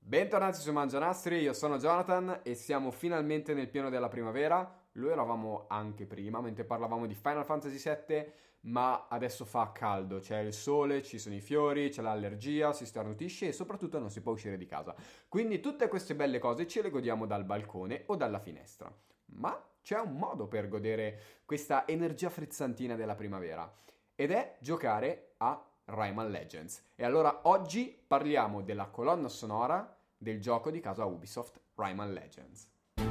Bentornati su Mangianastri, io sono Jonathan e siamo finalmente nel pieno della primavera. Lo eravamo anche prima, mentre parlavamo di Final Fantasy VII, ma adesso fa caldo, c'è il sole, ci sono i fiori, c'è l'allergia, si starnutisce e soprattutto non si può uscire di casa. Quindi tutte queste belle cose ce le godiamo dal balcone o dalla finestra. Ma c'è un modo per godere questa energia frizzantina della primavera ed è giocare a Rayman Legends. E allora oggi parliamo della colonna sonora del gioco di casa Ubisoft Rayman Legends.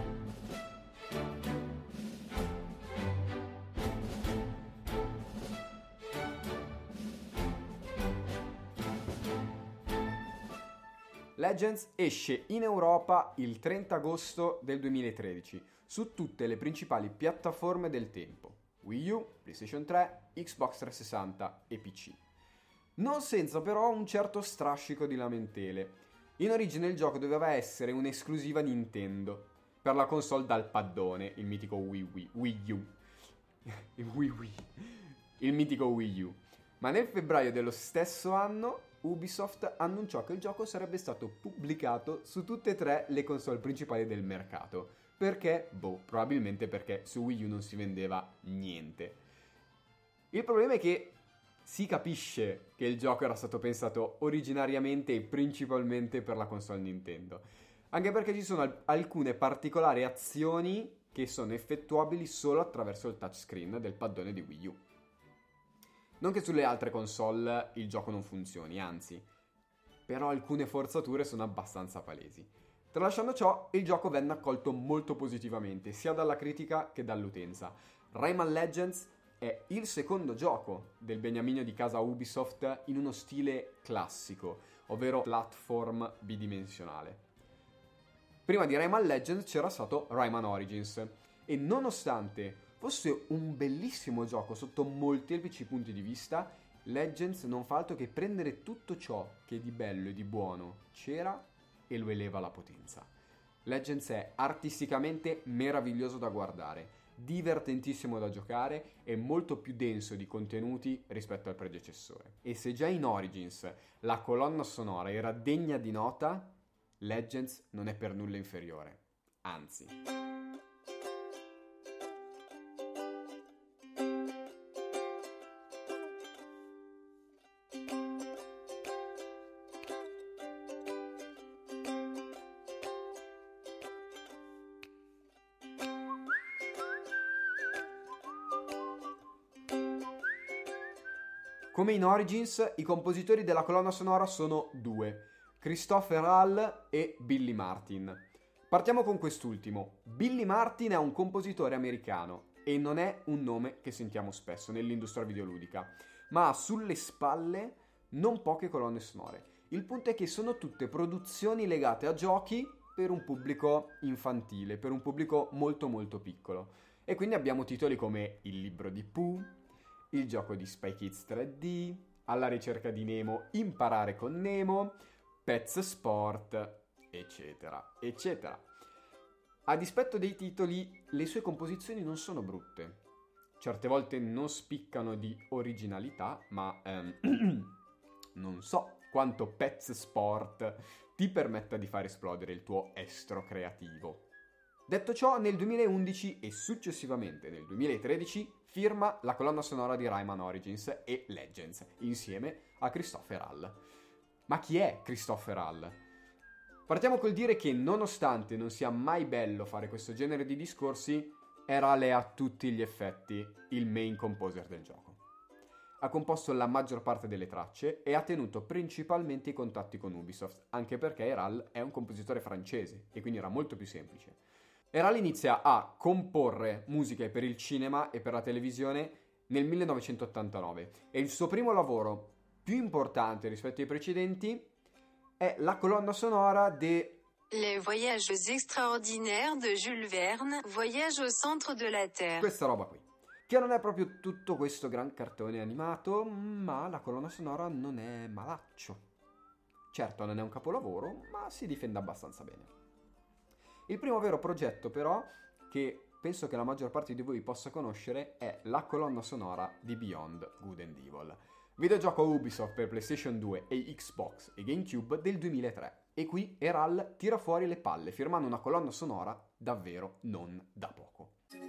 Legends esce in Europa il 30 agosto del 2013 su tutte le principali piattaforme del tempo: Wii U, PlayStation 3, Xbox 360 e PC. Non senza però un certo strascico di lamentele. In origine il gioco doveva essere un'esclusiva Nintendo per la console dal paddone, il mitico Wii U. Il mitico Wii U. Ma nel febbraio dello stesso anno Ubisoft annunciò che il gioco sarebbe stato pubblicato su tutte e tre le console principali del mercato. Perché? Probabilmente perché su Wii U non si vendeva niente. Il problema è che si capisce che il gioco era stato pensato originariamente e principalmente per la console Nintendo, anche perché ci sono alcune particolari azioni che sono effettuabili solo attraverso il touchscreen del paddone di Wii U. Non che sulle altre console il gioco non funzioni, anzi, però alcune forzature sono abbastanza palesi. Tralasciando ciò, il gioco venne accolto molto positivamente, sia dalla critica che dall'utenza. Rayman Legends è il secondo gioco del beniamino di casa Ubisoft in uno stile classico, ovvero platform bidimensionale. Prima di Rayman Legends c'era stato Rayman Origins e nonostante fosse un bellissimo gioco sotto molteplici punti di vista, Legends non fa altro che prendere tutto ciò che di bello e di buono c'era e lo eleva alla potenza. Legends è artisticamente meraviglioso da guardare, divertentissimo da giocare e molto più denso di contenuti rispetto al predecessore. E se già in Origins la colonna sonora era degna di nota, Legends non è per nulla inferiore. Anzi. Come in Origins, i compositori della colonna sonora sono due, Christopher Hall e Billy Martin. Partiamo con quest'ultimo. Billy Martin è un compositore americano e non è un nome che sentiamo spesso nell'industria videoludica, ma ha sulle spalle non poche colonne sonore. Il punto è che sono tutte produzioni legate a giochi per un pubblico infantile, per un pubblico molto molto piccolo. E quindi abbiamo titoli come Il libro di Pooh, il gioco di Spy Kids 3D, Alla ricerca di Nemo, Imparare con Nemo, Pets Sport, eccetera, eccetera. A dispetto dei titoli, le sue composizioni non sono brutte. Certe volte non spiccano di originalità, ma non so quanto Pets Sport ti permetta di far esplodere il tuo estro creativo. Detto ciò, nel 2011 e successivamente nel 2013 firma la colonna sonora di Rayman Origins e Legends, insieme a Christopher Hall. Ma chi è Christopher Hall? Partiamo col dire che nonostante non sia mai bello fare questo genere di discorsi, era a tutti gli effetti il main composer del gioco. Ha composto la maggior parte delle tracce e ha tenuto principalmente i contatti con Ubisoft, anche perché Hall è un compositore francese e quindi era molto più semplice. Hall inizia a comporre musiche per il cinema e per la televisione nel 1989 e il suo primo lavoro più importante rispetto ai precedenti è la colonna sonora de Les voyages extraordinaires de Jules Verne, voyage au centre de la Terre. Questa roba qui, che non è proprio tutto questo gran cartone animato, ma la colonna sonora non è malaccio. Certo, non è un capolavoro, ma si difende abbastanza bene. Il primo vero progetto, però, che penso che la maggior parte di voi possa conoscere, è la colonna sonora di Beyond Good and Evil, videogioco Ubisoft per PlayStation 2 e Xbox e GameCube del 2003. E qui Eral tira fuori le palle, firmando una colonna sonora davvero non da poco.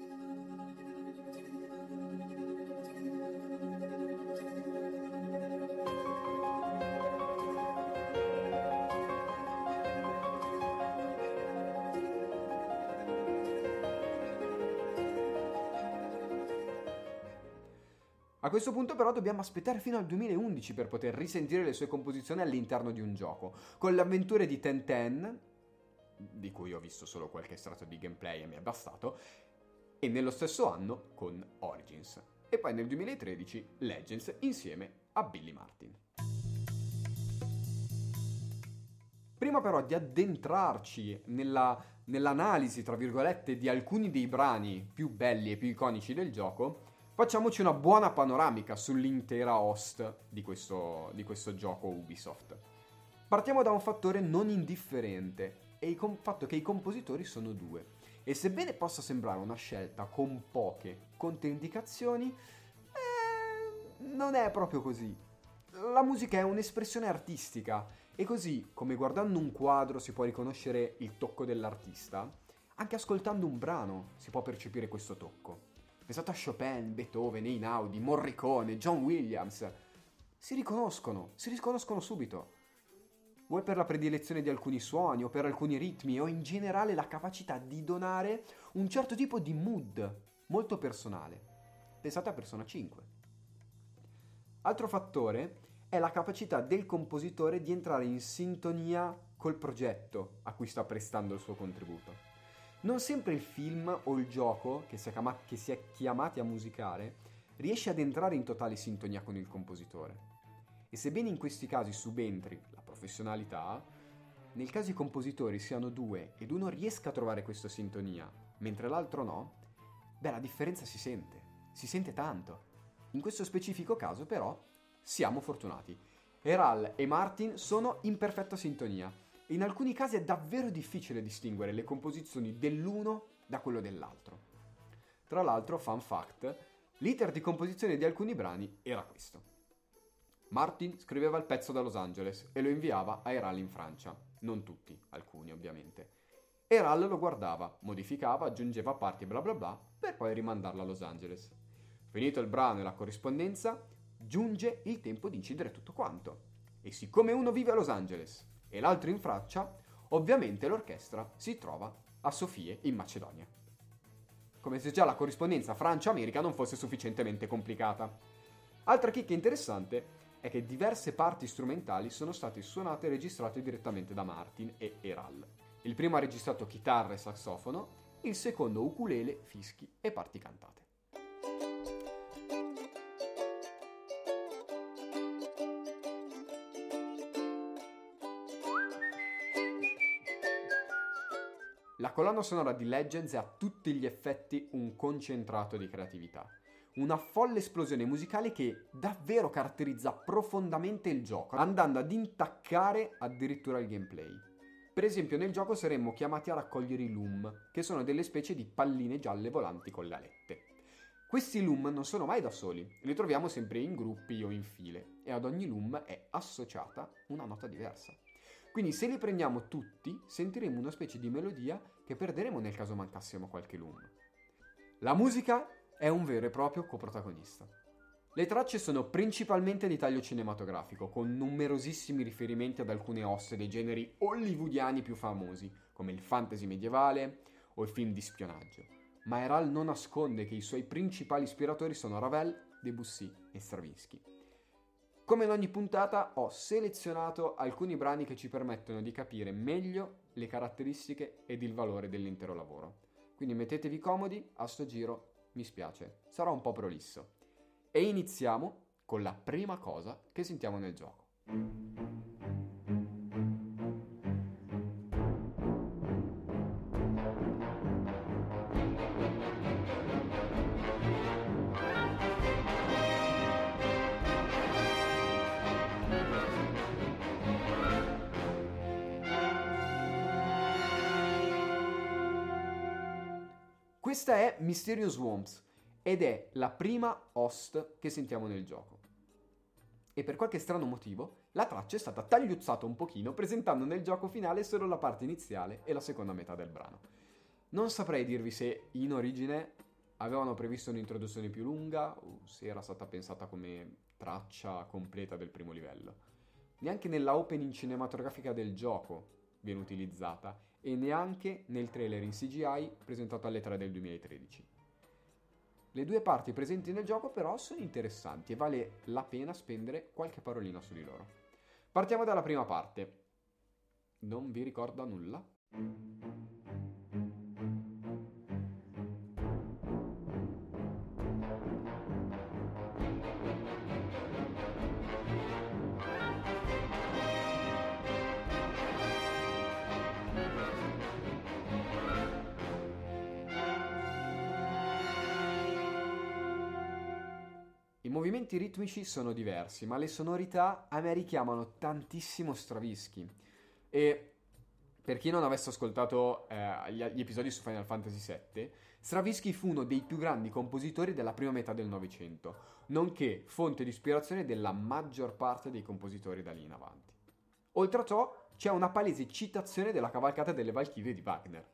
A questo punto però dobbiamo aspettare fino al 2011 per poter risentire le sue composizioni all'interno di un gioco, con le avventure di Ten, di cui ho visto solo qualche estratto di gameplay e mi è bastato, e nello stesso anno con Origins, e poi nel 2013 Legends insieme a Billy Martin. Prima però di addentrarci nell'analisi, tra virgolette, di alcuni dei brani più belli e più iconici del gioco, facciamoci una buona panoramica sull'intera host di questo gioco Ubisoft. Partiamo da un fattore non indifferente, e il fatto che i compositori sono due. E sebbene possa sembrare una scelta con poche controindicazioni, non è proprio così. La musica è un'espressione artistica, e così come guardando un quadro si può riconoscere il tocco dell'artista, anche ascoltando un brano si può percepire questo tocco. Pensate a Chopin, Beethoven, Einaudi, Morricone, John Williams. Si riconoscono subito. Vuoi per la predilezione di alcuni suoni o per alcuni ritmi o in generale la capacità di donare un certo tipo di mood molto personale. Pensate a Persona 5. Altro fattore è la capacità del compositore di entrare in sintonia col progetto a cui sta prestando il suo contributo. Non sempre il film o il gioco che si è chiamati a musicare riesce ad entrare in totale sintonia con il compositore. E sebbene in questi casi subentri la professionalità, nel caso i compositori siano due ed uno riesca a trovare questa sintonia, mentre l'altro no, la differenza si sente tanto. In questo specifico caso però siamo fortunati. Eral e Martin sono in perfetta sintonia. In alcuni casi è davvero difficile distinguere le composizioni dell'uno da quello dell'altro. Tra l'altro, fun fact, l'iter di composizione di alcuni brani era questo. Martin scriveva il pezzo da Los Angeles e lo inviava a Eral in Francia. Non tutti, alcuni ovviamente. Eral lo guardava, modificava, aggiungeva parti e bla bla bla, per poi rimandarlo a Los Angeles. Finito il brano e la corrispondenza, giunge il tempo di incidere tutto quanto. E siccome uno vive a Los Angeles e l'altro in Francia, ovviamente l'orchestra si trova a Sofie in Macedonia. Come se già la corrispondenza Francia-America non fosse sufficientemente complicata. Altra chicca interessante è che diverse parti strumentali sono state suonate e registrate direttamente da Martin e Eral. Il primo ha registrato chitarra e sassofono, il secondo ukulele, fischi e parti cantate. La colonna sonora di Legends è a tutti gli effetti un concentrato di creatività. Una folle esplosione musicale che davvero caratterizza profondamente il gioco, andando ad intaccare addirittura il gameplay. Per esempio nel gioco saremmo chiamati a raccogliere i loom, che sono delle specie di palline gialle volanti con le alette. Questi loom non sono mai da soli, li troviamo sempre in gruppi o in file, e ad ogni loom è associata una nota diversa. Quindi se li prendiamo tutti, sentiremo una specie di melodia che perderemo nel caso mancassimo qualche loom. La musica è un vero e proprio coprotagonista. Le tracce sono principalmente di taglio cinematografico, con numerosissimi riferimenti ad alcune osse dei generi hollywoodiani più famosi, come il fantasy medievale o il film di spionaggio. Ma Eral non nasconde che i suoi principali ispiratori sono Ravel, Debussy e Stravinsky. Come in ogni puntata ho selezionato alcuni brani che ci permettono di capire meglio le caratteristiche ed il valore dell'intero lavoro. Quindi mettetevi comodi, a sto giro mi spiace, sarò un po' prolisso. E iniziamo con la prima cosa che sentiamo nel gioco. Questa è Mysterious Worms ed è la prima host che sentiamo nel gioco. E per qualche strano motivo la traccia è stata tagliuzzata un pochino, presentando nel gioco finale solo la parte iniziale e la seconda metà del brano. Non saprei dirvi se in origine avevano previsto un'introduzione più lunga o se era stata pensata come traccia completa del primo livello. Neanche nella opening cinematografica del gioco viene utilizzata e neanche nel trailer in CGI presentato alle 3 del 2013. Le due parti presenti nel gioco però sono interessanti e vale la pena spendere qualche parolina su di loro. Partiamo dalla prima parte. Non vi ricorda nulla? I movimenti ritmici sono diversi, ma le sonorità a me richiamano tantissimo Stravinsky. E per chi non avesse ascoltato gli episodi su Final Fantasy VII, Stravinsky fu uno dei più grandi compositori della prima metà del Novecento, nonché fonte di ispirazione della maggior parte dei compositori da lì in avanti. Oltre a ciò, c'è una palese citazione della cavalcata delle Valchirie di Wagner.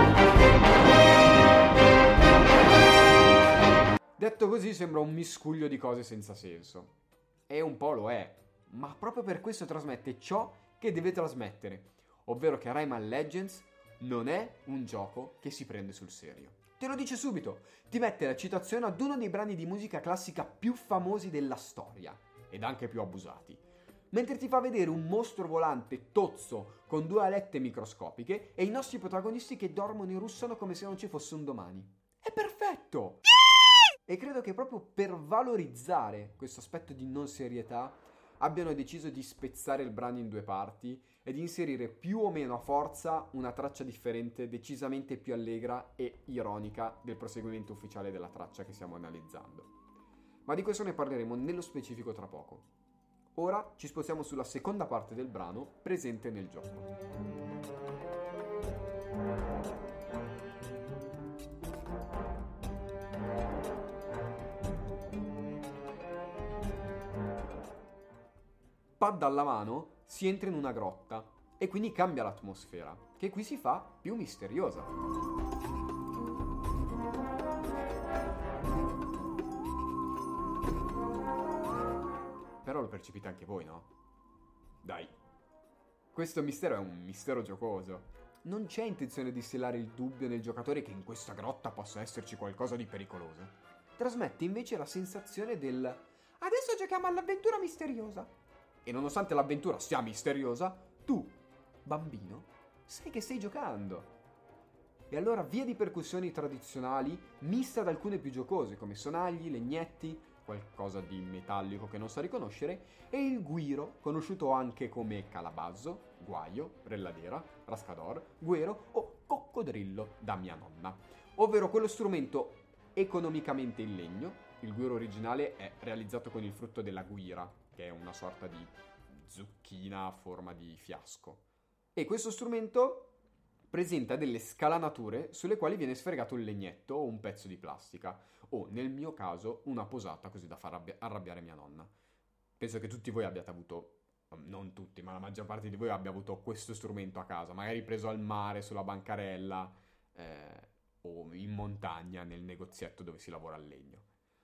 Detto così sembra un miscuglio di cose senza senso. E un po' lo è, ma proprio per questo trasmette ciò che deve trasmettere, ovvero che Rayman Legends non è un gioco che si prende sul serio. Te lo dice subito, ti mette la citazione ad uno dei brani di musica classica più famosi della storia, ed anche più abusati, mentre ti fa vedere un mostro volante tozzo con due alette microscopiche e i nostri protagonisti che dormono e russano come se non ci fosse un domani. È perfetto! E credo che proprio per valorizzare questo aspetto di non serietà abbiano deciso di spezzare il brano in due parti e di inserire più o meno a forza una traccia differente, decisamente più allegra e ironica del proseguimento ufficiale della traccia che stiamo analizzando. Ma di questo ne parleremo nello specifico tra poco. Ora ci spostiamo sulla seconda parte del brano presente nel gioco. Pad alla mano si entra in una grotta e quindi cambia l'atmosfera, che qui si fa più misteriosa. Però lo percepite anche voi, no? Dai. Questo mistero è un mistero giocoso. Non c'è intenzione di instillare il dubbio nel giocatore che in questa grotta possa esserci qualcosa di pericoloso. Trasmette invece la sensazione del "adesso giochiamo all'avventura misteriosa". E nonostante l'avventura sia misteriosa, tu, bambino, sai che stai giocando. E allora via di percussioni tradizionali, mista ad alcune più giocose, come sonagli, legnetti, qualcosa di metallico che non sa riconoscere, e il guiro, conosciuto anche come calabasso, guaio, relladera, rascador, guero o coccodrillo da mia nonna, ovvero quello strumento economicamente in legno. Il guiro originale è realizzato con il frutto della guira, che è una sorta di zucchina a forma di fiasco. E questo strumento presenta delle scalanature sulle quali viene sfregato un legnetto o un pezzo di plastica, o nel mio caso una posata così da far arrabbiare mia nonna. Penso che tutti voi abbiate avuto, non tutti, ma la maggior parte di voi abbia avuto questo strumento a casa, magari preso al mare, sulla bancarella, o in montagna nel negozietto dove si lavora al legno.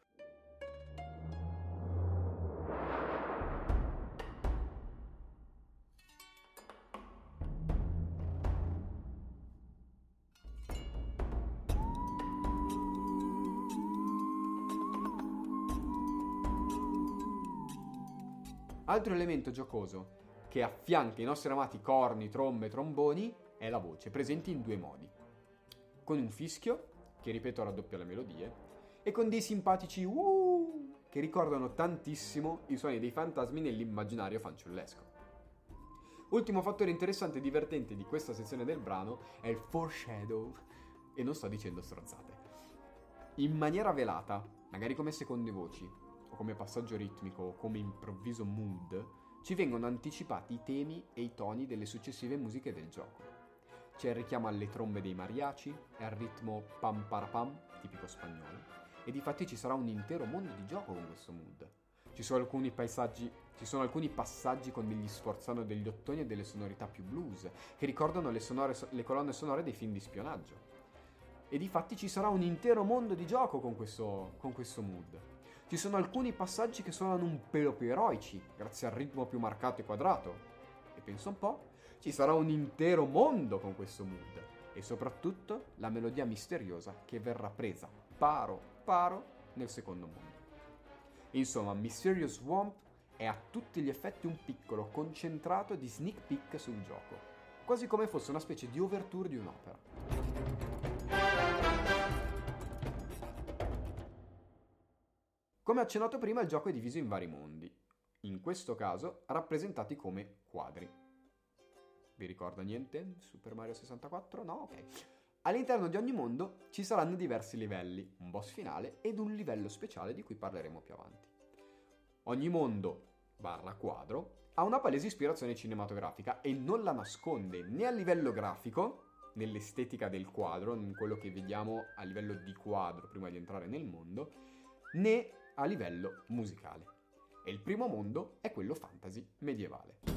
Altro elemento giocoso che affianca i nostri amati corni, trombe, tromboni è la voce, presente in due modi. Con un fischio, che ripeto raddoppia le melodie, e con dei simpatici che ricordano tantissimo i suoni dei fantasmi nell'immaginario fanciullesco. Ultimo fattore interessante e divertente di questa sezione del brano è il foreshadow, e non sto dicendo stronzate. In maniera velata, magari come seconde voci, o come passaggio ritmico, o come improvviso mood, ci vengono anticipati i temi e i toni delle successive musiche del gioco. C'è il richiamo alle trombe dei mariachi e al ritmo pam parapam, tipico spagnolo, e difatti ci sarà un intero mondo di gioco con questo mood. Ci sono alcuni paesaggi Ci sono alcuni passaggi con degli sforzano degli ottoni e delle sonorità più blues, che ricordano le colonne sonore dei film di spionaggio. E difatti ci sarà un intero mondo di gioco con questo mood. Ci sono alcuni passaggi che suonano un pelo più eroici, grazie al ritmo più marcato e quadrato. E penso un po', ci sarà un intero mondo con questo mood. E soprattutto la melodia misteriosa che verrà presa paro paro nel secondo mondo. Insomma, Mysterious Swamp è a tutti gli effetti un piccolo concentrato di sneak peek sul gioco, quasi come fosse una specie di overture di un'opera. Come accennato prima, il gioco è diviso in vari mondi, in questo caso rappresentati come quadri. Vi ricorda niente? Super Mario 64? No? Ok. All'interno di ogni mondo ci saranno diversi livelli, un boss finale ed un livello speciale di cui parleremo più avanti. Ogni mondo / quadro ha una palese ispirazione cinematografica e non la nasconde né a livello grafico, nell'estetica del quadro, in quello che vediamo a livello di quadro prima di entrare nel mondo, né a livello musicale. E il primo mondo è quello fantasy medievale.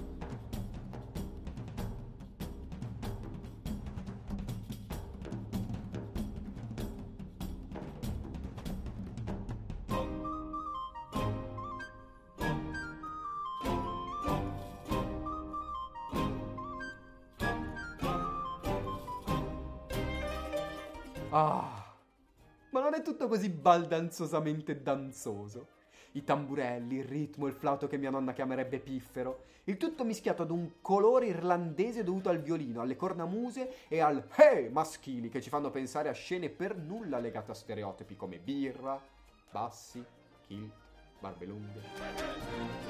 Ah, ma non è tutto così baldanzosamente danzoso. I tamburelli, il ritmo, il flauto che mia nonna chiamerebbe piffero, il tutto mischiato ad un colore irlandese dovuto al violino, alle cornamuse e al hey maschili che ci fanno pensare a scene per nulla legate a stereotipi come birra, bassi, kilt, barbe lunghe.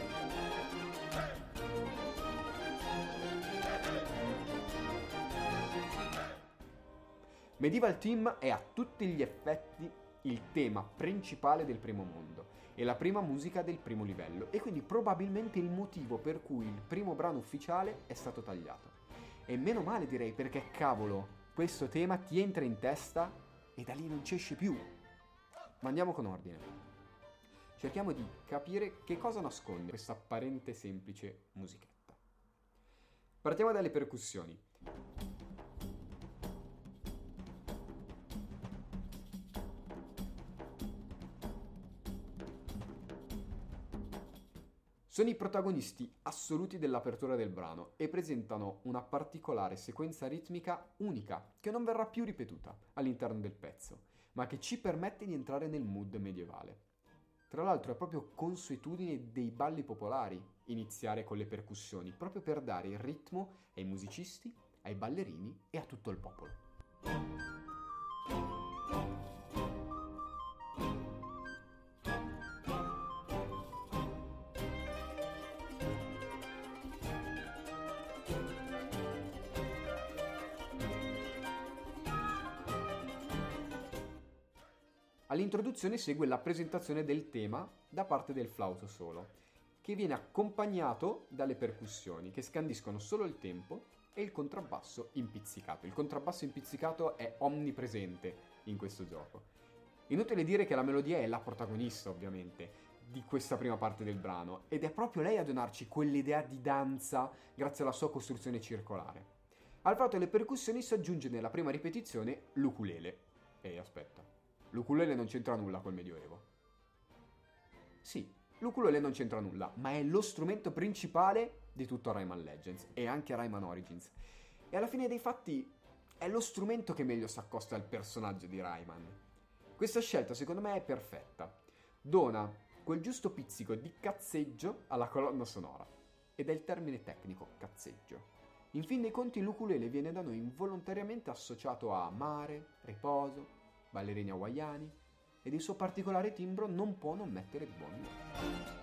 Medieval Theme è a tutti gli effetti il tema principale del primo mondo e la prima musica del primo livello e quindi probabilmente il motivo per cui il primo brano ufficiale è stato tagliato. E meno male direi, perché cavolo, questo tema ti entra in testa e da lì non ci esce più. Ma andiamo con ordine. Cerchiamo di capire che cosa nasconde questa apparente semplice musichetta. Partiamo dalle percussioni. Sono i protagonisti assoluti dell'apertura del brano e presentano una particolare sequenza ritmica unica che non verrà più ripetuta all'interno del pezzo, ma che ci permette di entrare nel mood medievale. Tra l'altro è proprio consuetudine dei balli popolari iniziare con le percussioni, proprio per dare il ritmo ai musicisti, ai ballerini e a tutto il popolo. All'introduzione segue la presentazione del tema da parte del flauto solo, che viene accompagnato dalle percussioni che scandiscono solo il tempo e il contrabbasso impizzicato. Il contrabbasso impizzicato è onnipresente in questo gioco. Inutile dire che la melodia è la protagonista, ovviamente, di questa prima parte del brano, ed è proprio lei a donarci quell'idea di danza grazie alla sua costruzione circolare. Al flauto e alle percussioni si aggiunge nella prima ripetizione l'ukulele. Ehi, aspetta. L'ukulele non c'entra nulla col Medioevo. Sì, l'ukulele non c'entra nulla, ma è lo strumento principale di tutto Rayman Legends e anche Rayman Origins. E alla fine dei fatti è lo strumento che meglio si accosta al personaggio di Rayman. Questa scelta secondo me è perfetta. Dona quel giusto pizzico di cazzeggio alla colonna sonora. Ed è il termine tecnico, cazzeggio. In fin dei conti l'ukulele viene da noi involontariamente associato a mare, riposo, ballerini hawaiani, ed il suo particolare timbro non può non mettere di buon umore.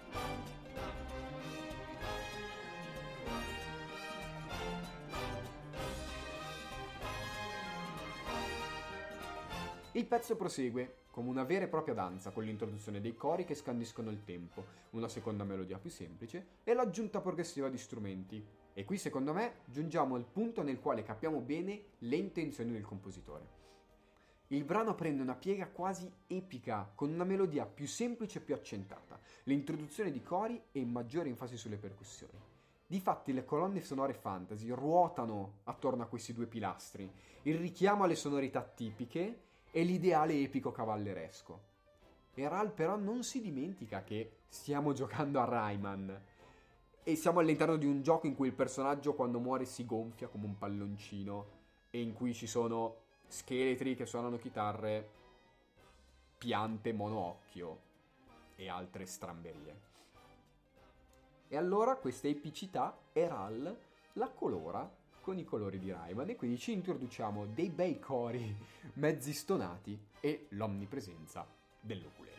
Il pezzo prosegue come una vera e propria danza con l'introduzione dei cori che scandiscono il tempo, una seconda melodia più semplice e l'aggiunta progressiva di strumenti. E qui secondo me giungiamo al punto nel quale capiamo bene le intenzioni del compositore. Il brano prende una piega quasi epica, con una melodia più semplice e più accentata, l'introduzione di cori e maggiore enfasi sulle percussioni. Difatti le colonne sonore fantasy ruotano attorno a questi due pilastri, il richiamo alle sonorità tipiche e l'ideale epico cavalleresco. E Ral però non si dimentica che stiamo giocando a Rayman e siamo all'interno di un gioco in cui il personaggio quando muore si gonfia come un palloncino e in cui ci sono scheletri che suonano chitarre, piante monoocchio e altre stramberie. E allora questa epicità Ral la colora con i colori di Rayman e quindi ci introduciamo dei bei cori mezzi stonati e l'omnipresenza dell'ukulele.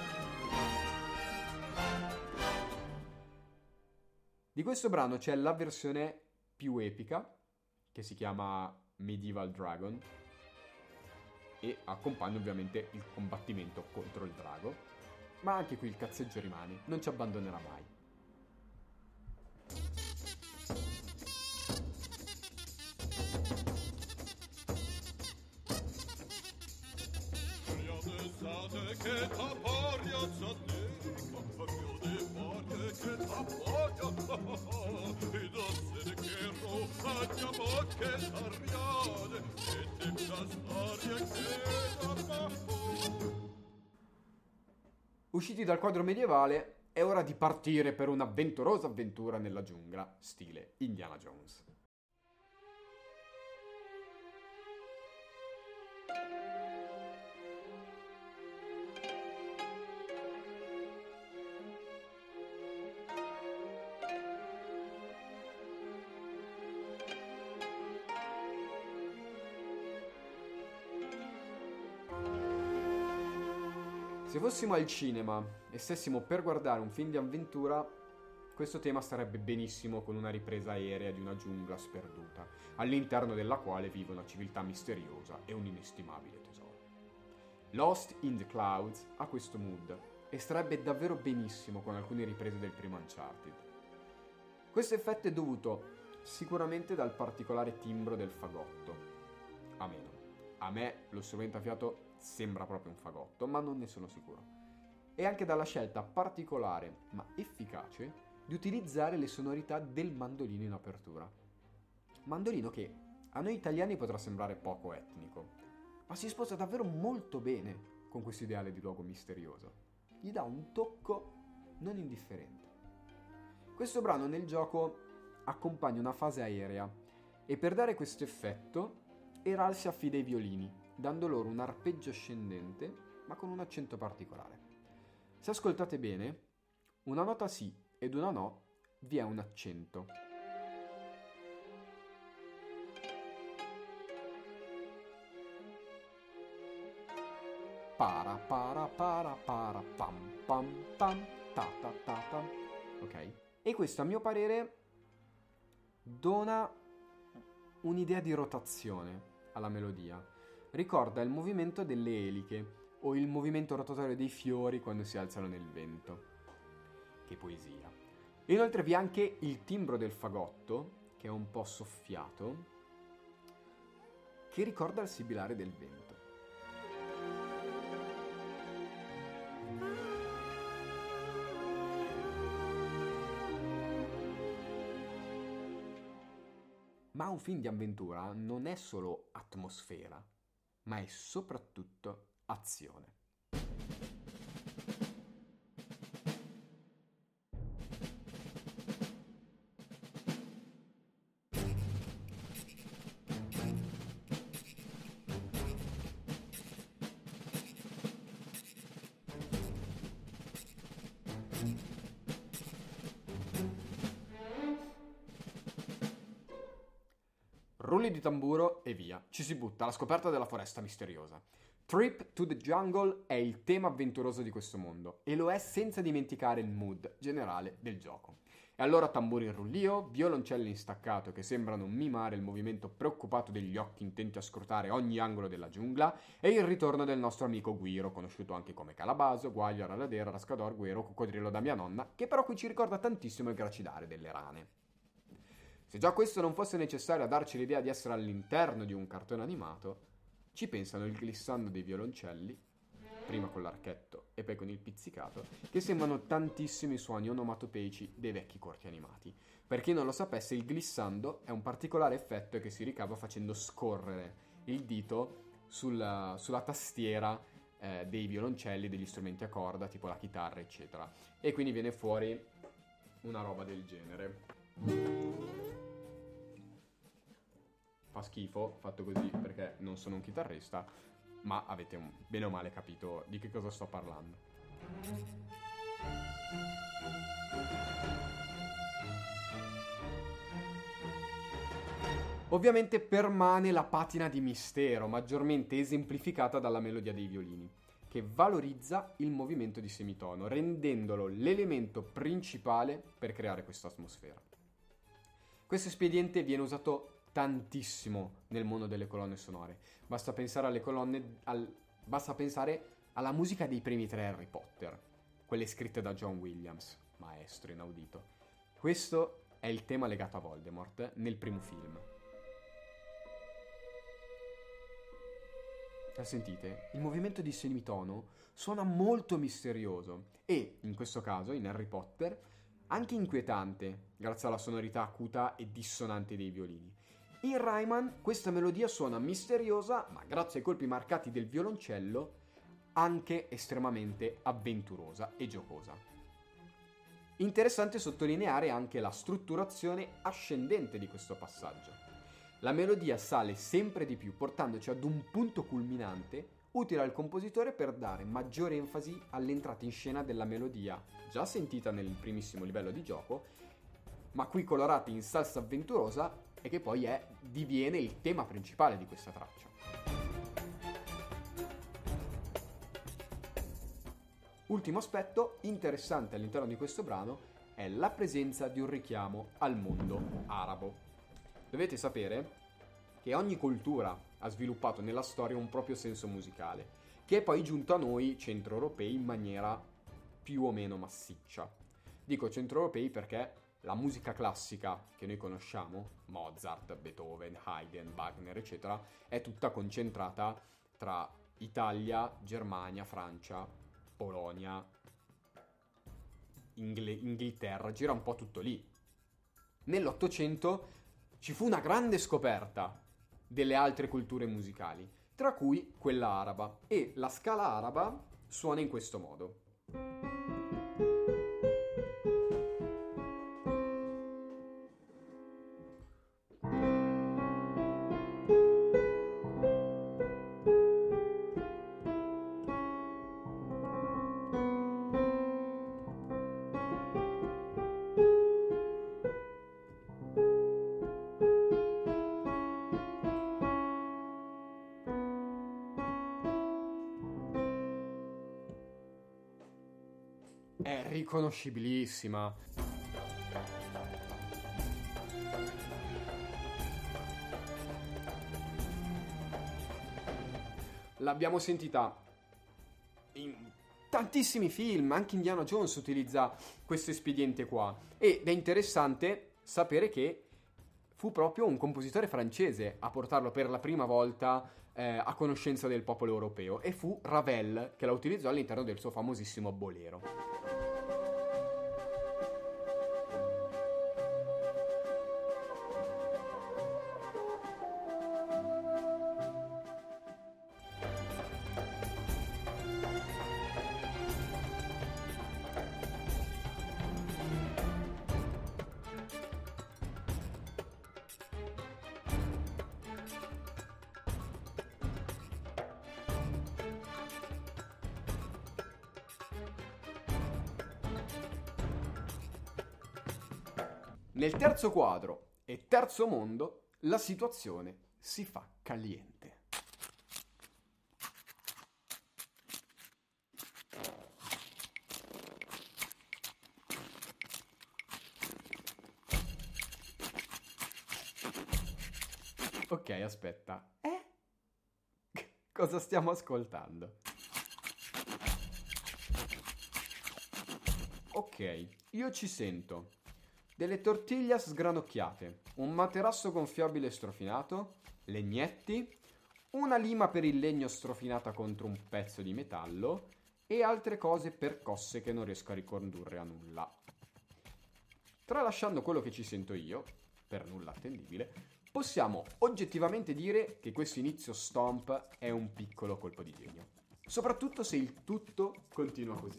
Di questo brano c'è la versione più epica che si chiama Medieval Dragon e accompagna ovviamente il combattimento contro il drago, ma anche qui il cazzeggio rimane, non ci abbandonerà mai. Usciti dal quadro medievale, è ora di partire per un'avventurosa avventura nella giungla, stile Indiana Jones. Se fossimo al cinema e stessimo per guardare un film di avventura, questo tema starebbe benissimo con una ripresa aerea di una giungla sperduta, all'interno della quale vive una civiltà misteriosa e un inestimabile tesoro. Lost in the Clouds ha questo mood e starebbe davvero benissimo con alcune riprese del primo Uncharted. Questo effetto è dovuto sicuramente dal particolare timbro del fagotto. Almeno, a me lo strumento a fiato sembra proprio un fagotto, ma non ne sono sicuro. E anche dalla scelta particolare, ma efficace, di utilizzare le sonorità del mandolino in apertura. Mandolino che a noi italiani potrà sembrare poco etnico, ma si sposa davvero molto bene con questo ideale di luogo misterioso. Gli dà un tocco non indifferente. Questo brano nel gioco accompagna una fase aerea e per dare questo effetto Ral si affida ai violini, dando loro un arpeggio ascendente ma con un accento particolare. Se ascoltate bene, una nota sì ed una no vi è un accento. Para para para para pam pam pam ta ta ta ta. Ok? E questo a mio parere dona un'idea di rotazione alla melodia. Ricorda il movimento delle eliche o il movimento rotatorio dei fiori quando si alzano nel vento. Che poesia. Inoltre vi è anche il timbro del fagotto, che è un po' soffiato, che ricorda il sibilare del vento. Ma un film di avventura non è solo atmosfera, ma è soprattutto azione. Rulli di tamburo e via, ci si butta alla scoperta della foresta misteriosa. Trip to the Jungle è il tema avventuroso di questo mondo e lo è senza dimenticare il mood generale del gioco. E allora tamburi in rullio, violoncelli in staccato che sembrano mimare il movimento preoccupato degli occhi intenti a scrutare ogni angolo della giungla e il ritorno del nostro amico Guiro, conosciuto anche come Calabaso, Guaglio, Raladera, Rascador, Guero, Coccodrillo da mia nonna, che però qui ci ricorda tantissimo il gracidare delle rane. Se già questo non fosse necessario a darci l'idea di essere all'interno di un cartone animato, ci pensano il glissando dei violoncelli, prima con l'archetto e poi con il pizzicato, che sembrano tantissimi suoni onomatopeici dei vecchi corti animati. Per chi non lo sapesse, il glissando è un particolare effetto che si ricava facendo scorrere il dito sulla tastiera dei violoncelli, degli strumenti a corda, tipo la chitarra, eccetera. E quindi viene fuori una roba del genere. Fa schifo, fatto così, perché non sono un chitarrista, ma avete bene o male capito di che cosa sto parlando. Ovviamente permane la patina di mistero, maggiormente esemplificata dalla melodia dei violini, che valorizza il movimento di semitono, rendendolo l'elemento principale per creare questa atmosfera. Questo espediente viene usato tantissimo nel mondo delle colonne sonore. Basta pensare alla musica dei primi 3 Harry Potter, quelle scritte da John Williams, maestro inaudito. Questo è il tema legato a Voldemort nel primo film. La sentite? Il movimento di semitono suona molto misterioso e, in questo caso, in Harry Potter, anche inquietante, grazie alla sonorità acuta e dissonante dei violini. In Rayman questa melodia suona misteriosa, ma grazie ai colpi marcati del violoncello, anche estremamente avventurosa e giocosa. Interessante sottolineare anche la strutturazione ascendente di questo passaggio. La melodia sale sempre di più, portandoci ad un punto culminante utile al compositore per dare maggiore enfasi all'entrata in scena della melodia, già sentita nel primissimo livello di gioco, ma qui colorata in salsa avventurosa e che poi diviene il tema principale di questa traccia. Ultimo aspetto interessante all'interno di questo brano è la presenza di un richiamo al mondo arabo. Dovete sapere che ogni cultura ha sviluppato nella storia un proprio senso musicale, che è poi giunto a noi centroeuropei in maniera più o meno massiccia. Dico centroeuropei perché la musica classica che noi conosciamo, Mozart, Beethoven, Haydn, Wagner, eccetera, è tutta concentrata tra Italia, Germania, Francia, Polonia, Inghilterra, gira un po' tutto lì. Nell'Ottocento ci fu una grande scoperta delle altre culture musicali, tra cui quella araba, e la scala araba suona in questo modo. È riconoscibilissima. L'abbiamo sentita in tantissimi film, anche Indiana Jones utilizza questo espediente qua. Ed è interessante sapere che fu proprio un compositore francese a portarlo per la prima volta a conoscenza del popolo europeo, e fu Ravel che la utilizzò all'interno del suo famosissimo Bolero. Nel terzo quadro e terzo mondo la situazione si fa caliente. Ok, aspetta. Cosa stiamo ascoltando? Ok, io ci sento delle tortillas sgranocchiate, un materasso gonfiabile strofinato, legnetti, una lima per il legno strofinata contro un pezzo di metallo e altre cose percosse che non riesco a ricondurre a nulla. Tralasciando quello che ci sento io, per nulla attendibile, possiamo oggettivamente dire che questo inizio Stomp è un piccolo colpo di genio. Soprattutto se il tutto continua così.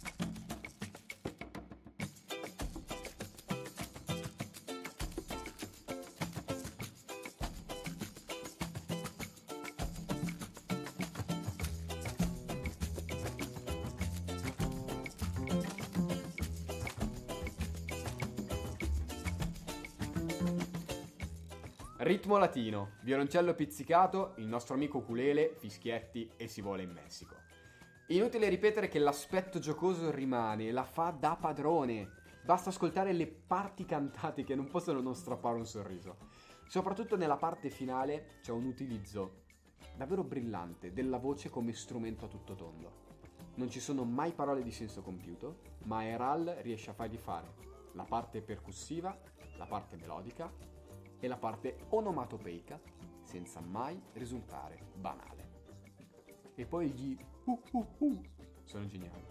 Ritmo latino, violoncello pizzicato, il nostro amico ukulele, fischietti e si vola in Messico. Inutile ripetere che l'aspetto giocoso rimane, la fa da padrone. Basta ascoltare le parti cantate che non possono non strappare un sorriso. Soprattutto nella parte finale c'è un utilizzo davvero brillante della voce come strumento a tutto tondo. Non ci sono mai parole di senso compiuto, ma Eral riesce a fargli fare la parte percussiva, la parte melodica e la parte onomatopeica senza mai risultare banale. E poi gli sono geniali.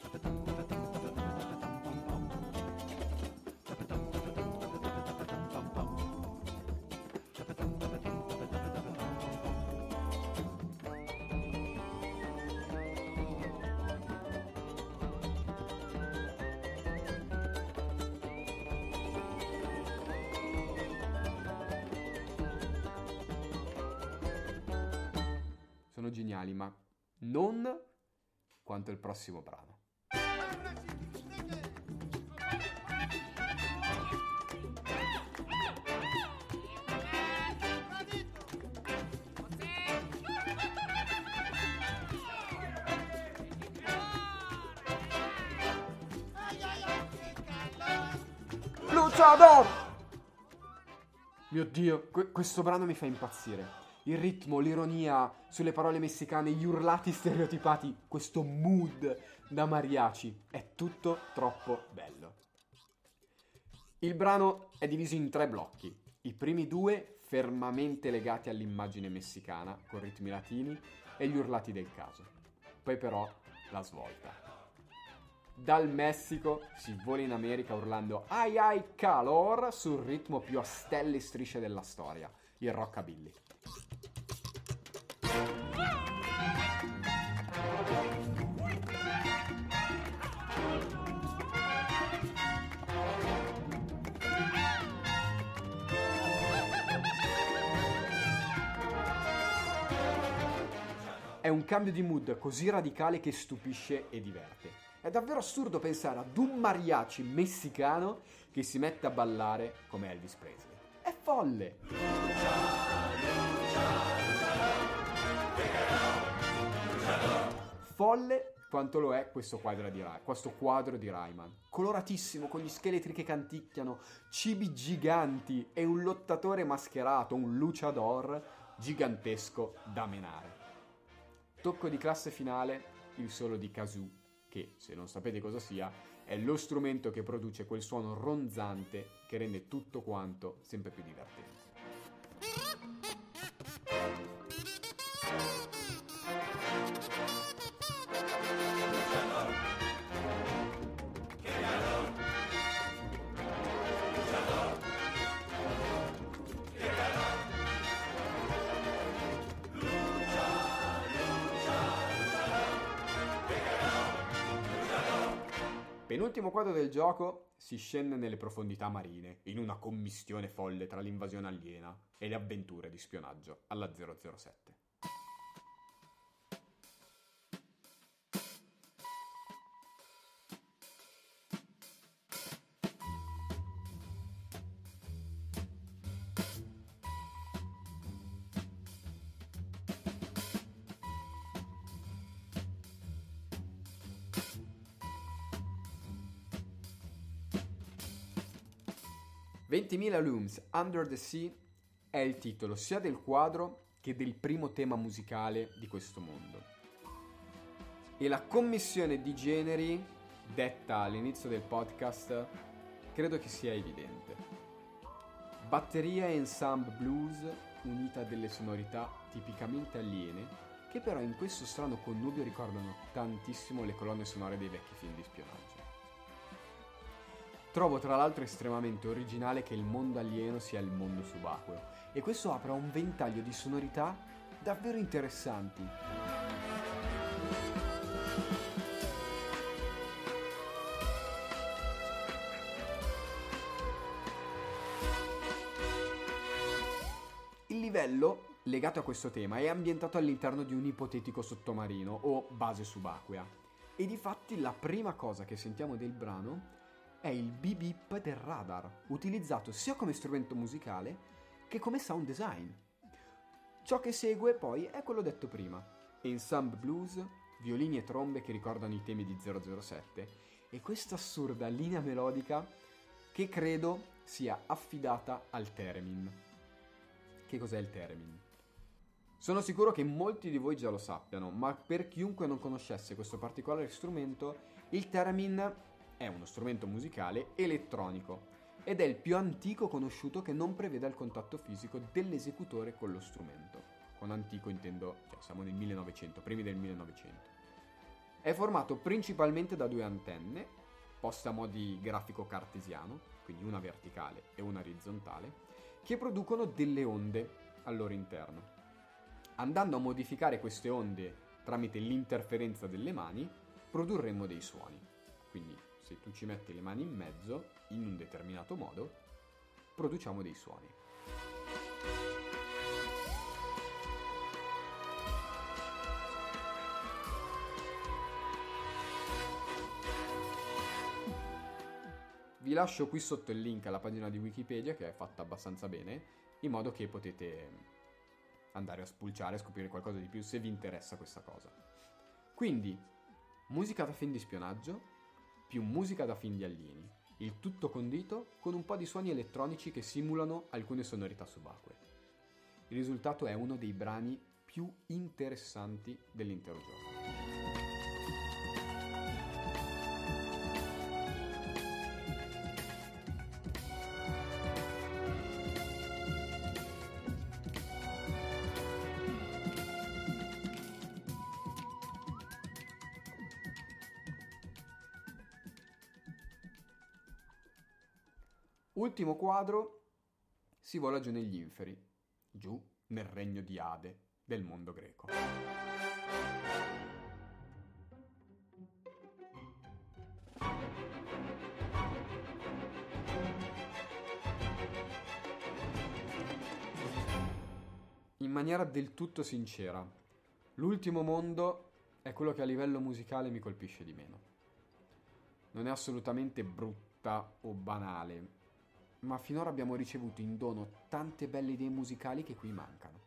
Sono geniali, ma non quanto il prossimo brano. Luchador! Mio Dio, questo brano mi fa impazzire. Il ritmo, l'ironia sulle parole messicane, gli urlati stereotipati, questo mood da mariachi, è tutto troppo bello. Il brano è diviso in 3 blocchi. I primi 2 fermamente legati all'immagine messicana, con ritmi latini e gli urlati del caso. Poi però la svolta. Dal Messico si vola in America urlando ai ai calor sul ritmo più a stelle e strisce della storia, il rockabilly. È un cambio di mood così radicale che stupisce e diverte. È davvero assurdo pensare ad un mariachi messicano che si mette a ballare come Elvis Presley. È folle! Folle quanto lo è questo quadro di Rayman. Coloratissimo, con gli scheletri che canticchiano, cibi giganti e un lottatore mascherato, un luchador gigantesco da menare. Tocco di classe finale, il solo di kazoo, che, se non sapete cosa sia, è lo strumento che produce quel suono ronzante che rende tutto quanto sempre più divertente. Penultimo quadro del gioco, si scende nelle profondità marine, in una commistione folle tra l'invasione aliena e le avventure di spionaggio alla 007. "20.000 Looms Under the Sea" è il titolo sia del quadro che del primo tema musicale di questo mondo. E la commissione di generi, detta all'inizio del podcast, credo che sia evidente. Batteria e ensemble blues unita a delle sonorità tipicamente aliene, che però in questo strano connubio ricordano tantissimo le colonne sonore dei vecchi film di spionaggio. Trovo tra l'altro estremamente originale che il mondo alieno sia il mondo subacqueo, e questo apre a un ventaglio di sonorità davvero interessanti. Il livello legato a questo tema è ambientato all'interno di un ipotetico sottomarino o base subacquea, e difatti la prima cosa che sentiamo del brano è il beep beep del radar, utilizzato sia come strumento musicale che come sound design. Ciò che segue poi è quello detto prima: ensemble blues, violini e trombe che ricordano i temi di 007 e questa assurda linea melodica che credo sia affidata al theremin. Che cos'è il theremin? Sono sicuro che molti di voi già lo sappiano, ma per chiunque non conoscesse questo particolare strumento, il theremin è uno strumento musicale elettronico ed è il più antico conosciuto che non prevede il contatto fisico dell'esecutore con lo strumento. Con antico intendo, siamo nel 1900, primi del 1900. È formato principalmente da due antenne, poste a mo' di grafico cartesiano, quindi una verticale e una orizzontale, che producono delle onde al loro interno. Andando a modificare queste onde tramite l'interferenza delle mani, produrremmo dei suoni. Quindi, se tu ci metti le mani in mezzo, in un determinato modo, produciamo dei suoni. Vi lascio qui sotto il link alla pagina di Wikipedia, che è fatta abbastanza bene, in modo che potete andare a spulciare e scoprire qualcosa di più se vi interessa questa cosa. Quindi, musica da film di spionaggio, più musica da film di alieni, il tutto condito con un po' di suoni elettronici che simulano alcune sonorità subacquee. Il risultato è uno dei brani più interessanti dell'intero gioco. Ultimo quadro, si vola giù negli inferi, giù nel regno di Ade del mondo greco. In maniera del tutto sincera, l'ultimo mondo è quello che a livello musicale mi colpisce di meno. Non è assolutamente brutta o banale, ma finora abbiamo ricevuto in dono tante belle idee musicali che qui mancano.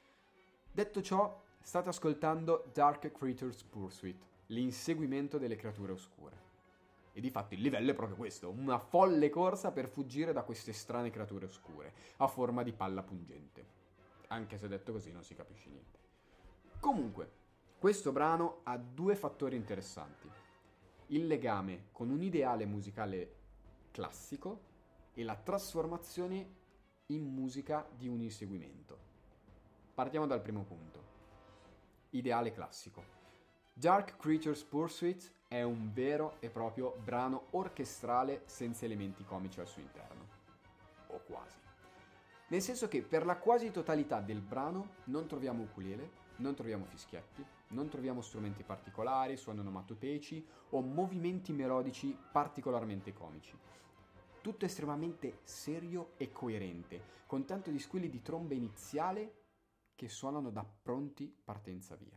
Detto ciò, state ascoltando Dark Creatures Pursuit, l'inseguimento delle creature oscure. E di fatto il livello è proprio questo, una folle corsa per fuggire da queste strane creature oscure, a forma di palla pungente. Anche se detto così non si capisce niente. Comunque, questo brano ha due fattori interessanti: il legame con un ideale musicale classico e la trasformazione in musica di un inseguimento. Partiamo dal primo punto. Ideale classico. Dark Creatures Pursuit è un vero e proprio brano orchestrale senza elementi comici al suo interno. O quasi. Nel senso che per la quasi totalità del brano non troviamo ukulele, non troviamo fischietti, non troviamo strumenti particolari, suoni onomatopeici o movimenti melodici particolarmente comici. Tutto estremamente serio e coerente, con tanto di squilli di tromba iniziale che suonano da pronti partenza via.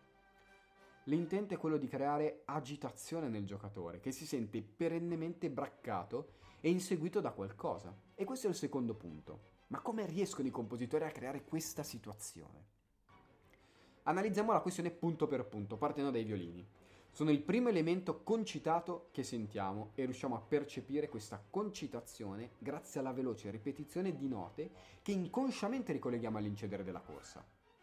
L'intento è quello di creare agitazione nel giocatore, che si sente perennemente braccato e inseguito da qualcosa. E questo è il secondo punto. Ma come riescono i compositori a creare questa situazione? Analizziamo la questione punto per punto, partendo dai violini. Sono il primo elemento concitato che sentiamo e riusciamo a percepire questa concitazione grazie alla veloce ripetizione di note che inconsciamente ricolleghiamo all'incedere della corsa.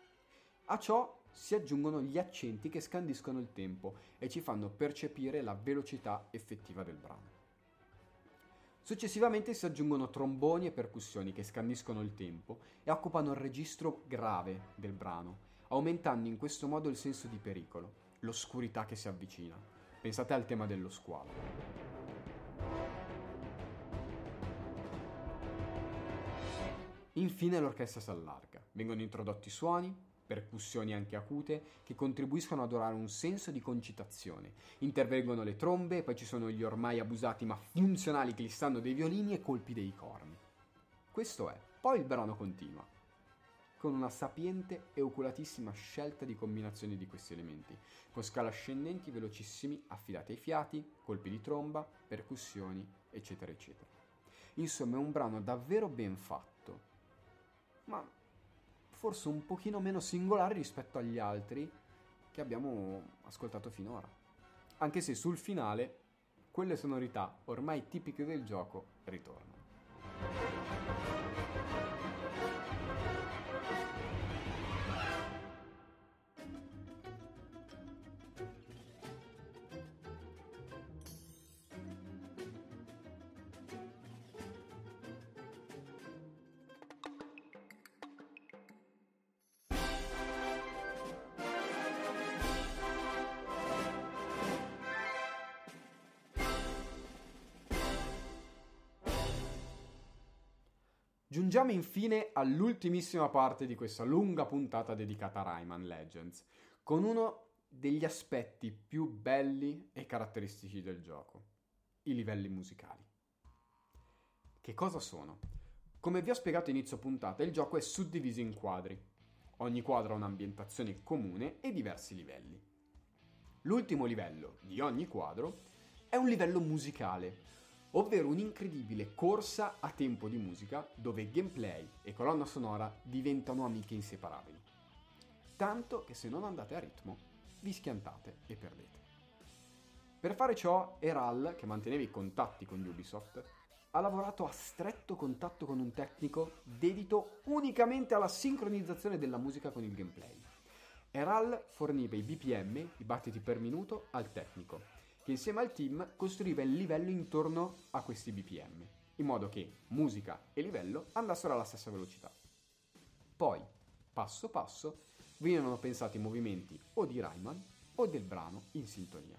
A ciò si aggiungono gli accenti che scandiscono il tempo e ci fanno percepire la velocità effettiva del brano. Successivamente si aggiungono tromboni e percussioni che scandiscono il tempo e occupano il registro grave del brano, aumentando in questo modo il senso di pericolo, l'oscurità che si avvicina. Pensate al tema dello squalo. Infine l'orchestra si allarga, vengono introdotti suoni, percussioni anche acute, che contribuiscono a dare un senso di concitazione. Intervengono le trombe, e poi ci sono gli ormai abusati ma funzionali glissando dei violini e colpi dei corni. Questo è. Poi il brano continua, con una sapiente e oculatissima scelta di combinazioni di questi elementi, con scale ascendenti velocissimi affidati ai fiati, colpi di tromba, percussioni, eccetera, eccetera. Insomma, è un brano davvero ben fatto, ma forse un pochino meno singolare rispetto agli altri che abbiamo ascoltato finora. Anche se sul finale quelle sonorità ormai tipiche del gioco ritornano. Giungiamo infine all'ultimissima parte di questa lunga puntata dedicata a Rayman Legends, con uno degli aspetti più belli e caratteristici del gioco, i livelli musicali. Che cosa sono? Come vi ho spiegato inizio puntata, il gioco è suddiviso in quadri. Ogni quadro ha un'ambientazione comune e diversi livelli. L'ultimo livello di ogni quadro è un livello musicale, ovvero un'incredibile corsa a tempo di musica dove gameplay e colonna sonora diventano amiche inseparabili. Tanto che se non andate a ritmo, vi schiantate e perdete. Per fare ciò, Eral, che manteneva i contatti con Ubisoft, ha lavorato a stretto contatto con un tecnico dedito unicamente alla sincronizzazione della musica con il gameplay. Eral forniva i BPM, i battiti per minuto, al tecnico, che insieme al team costruiva il livello intorno a questi BPM, in modo che musica e livello andassero alla stessa velocità. Poi, passo passo, venivano pensati i movimenti o di Rayman o del brano in sintonia.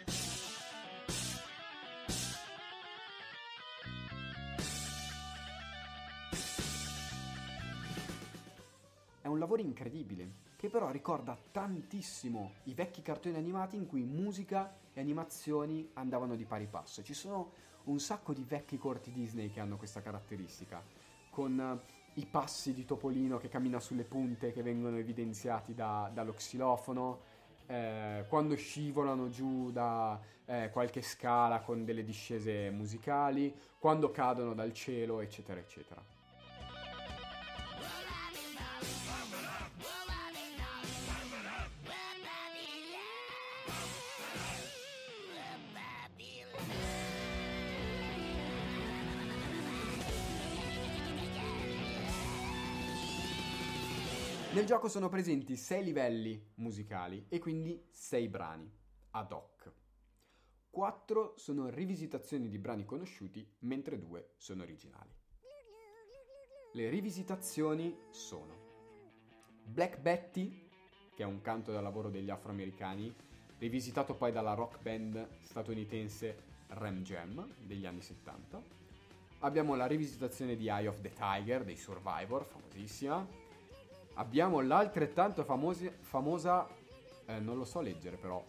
È un lavoro incredibile, che però ricorda tantissimo i vecchi cartoni animati in cui musica e animazioni andavano di pari passo. Ci sono un sacco di vecchi corti Disney che hanno questa caratteristica, con i passi di Topolino che cammina sulle punte che vengono evidenziati dallo xilofono, quando scivolano giù da qualche scala con delle discese musicali, quando cadono dal cielo, eccetera, eccetera. Nel gioco sono presenti 6 livelli musicali e quindi 6 brani ad hoc. 4 sono rivisitazioni di brani conosciuti, mentre 2 sono originali. Le rivisitazioni sono Black Betty, che è un canto da lavoro degli afroamericani, rivisitato poi dalla rock band statunitense Ram Jam degli anni 70. Abbiamo la rivisitazione di Eye of the Tiger dei Survivor, famosissima. Abbiamo l'altrettanto famosa, non lo so leggere però,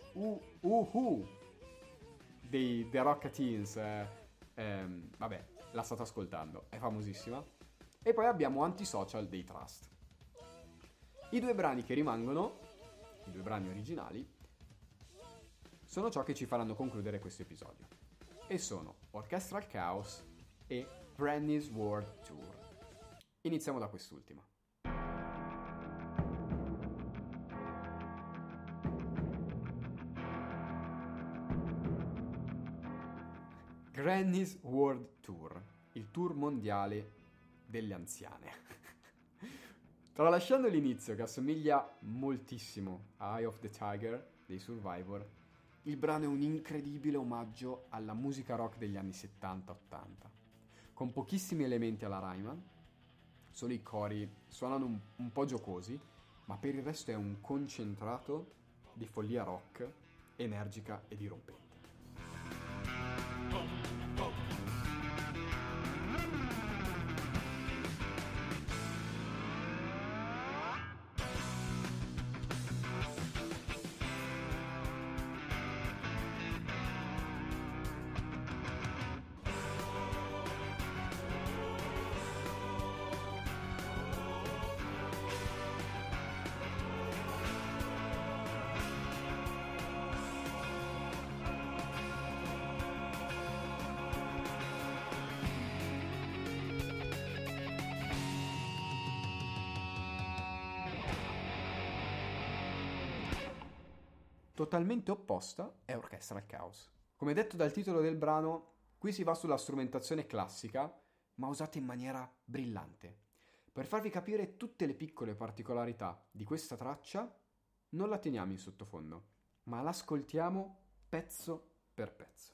dei The Rockateens, vabbè, la state ascoltando, è famosissima. E poi abbiamo Antisocial dei Trust. I 2 brani che rimangono, i 2 brani originali, sono ciò che ci faranno concludere questo episodio. E sono Orchestral Chaos e Granny's World Tour. Iniziamo da quest'ultima. Granny's World Tour, il tour mondiale delle anziane. Tralasciando l'inizio che assomiglia moltissimo a Eye of the Tiger dei Survivor, il brano è un incredibile omaggio alla musica rock degli anni 70-80. con pochissimi elementi alla Rayman, solo i cori suonano un po' giocosi, ma per il resto è un concentrato di follia rock, energica e dirompente. Totalmente opposta è Orchestral Chaos. Come detto dal titolo del brano, qui si va sulla strumentazione classica, ma usata in maniera brillante. Per farvi capire tutte le piccole particolarità di questa traccia, non la teniamo in sottofondo, ma l'ascoltiamo pezzo per pezzo.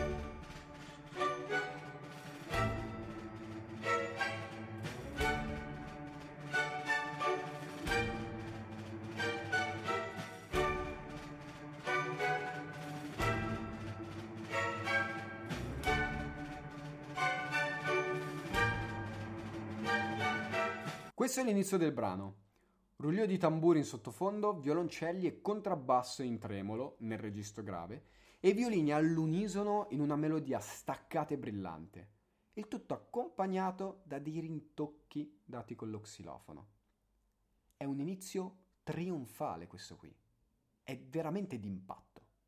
Questo è l'inizio del brano. Rullio di tamburi in sottofondo, violoncelli e contrabbasso in tremolo nel registro grave e violini all'unisono in una melodia staccata e brillante. Il tutto accompagnato da dei rintocchi dati con lo xilofono. È un inizio trionfale questo qui. È veramente d'impatto.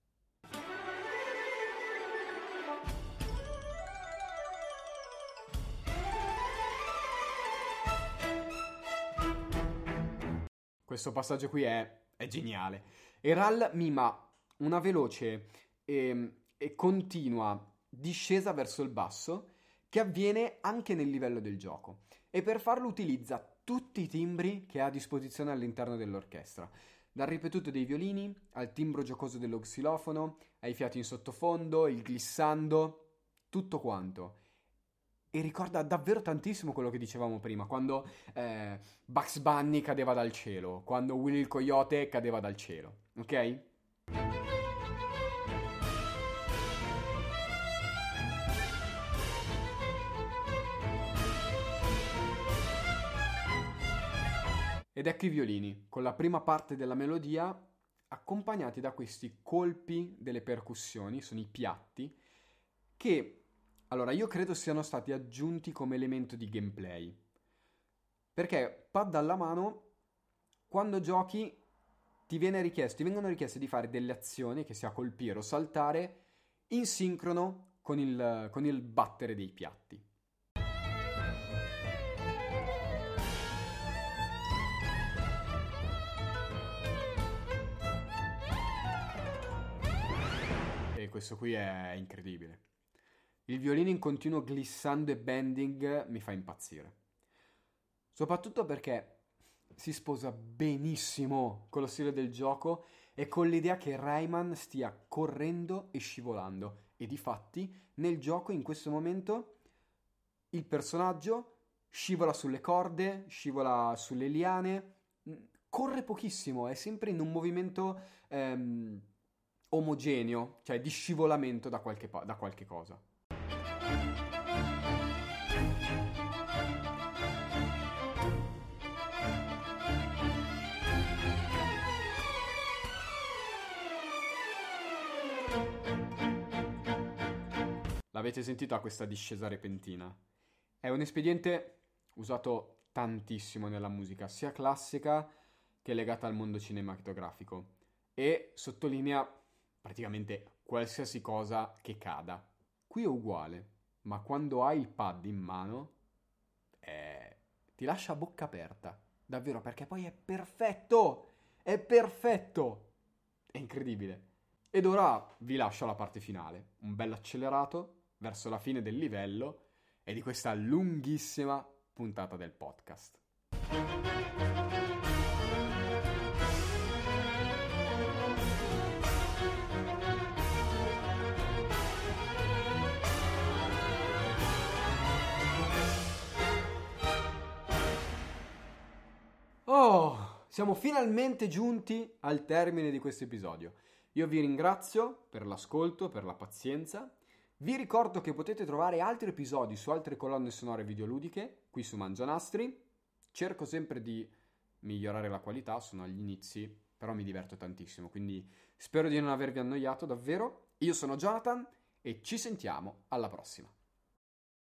Questo passaggio qui è geniale. E Ral mima una veloce e continua discesa verso il basso che avviene anche nel livello del gioco. E per farlo utilizza tutti i timbri che ha a disposizione all'interno dell'orchestra. Dal ripetuto dei violini, al timbro giocoso dello xilofono, ai fiati in sottofondo, il glissando, tutto quanto. E ricorda davvero tantissimo quello che dicevamo prima, quando Bugs Bunny cadeva dal cielo, quando Willy il Coyote cadeva dal cielo, ok? Ed ecco i violini, con la prima parte della melodia, accompagnati da questi colpi delle percussioni, sono i piatti, che... Allora, io credo siano stati aggiunti come elemento di gameplay. Perché pad alla mano, quando giochi, ti vengono richieste di fare delle azioni, che sia colpire o saltare, in sincrono con il battere dei piatti. E questo qui è incredibile. Il violino in continuo glissando e bending mi fa impazzire. Soprattutto perché si sposa benissimo con lo stile del gioco e con l'idea che Rayman stia correndo e scivolando. E difatti, nel gioco, in questo momento, il personaggio scivola sulle corde, scivola sulle liane, corre pochissimo, è sempre in un movimento omogeneo, cioè di scivolamento da qualche cosa. L'avete sentito a questa discesa repentina? È un espediente usato tantissimo nella musica, sia classica che legata al mondo cinematografico, e sottolinea praticamente qualsiasi cosa che cada. Qui è uguale, ma quando hai il pad in mano ti lascia a bocca aperta, davvero, perché poi è perfetto, è incredibile. Ed ora vi lascio alla parte finale, un bel accelerato verso la fine del livello e di questa lunghissima puntata del podcast. siamo finalmente giunti al termine di questo episodio. Io vi ringrazio per l'ascolto, per la pazienza. Vi ricordo che potete trovare altri episodi su altre colonne sonore videoludiche qui su Mangianastri. Cerco sempre di migliorare la qualità, sono agli inizi, però mi diverto tantissimo, quindi spero di non avervi annoiato davvero. Io sono Jonathan e ci sentiamo alla prossima.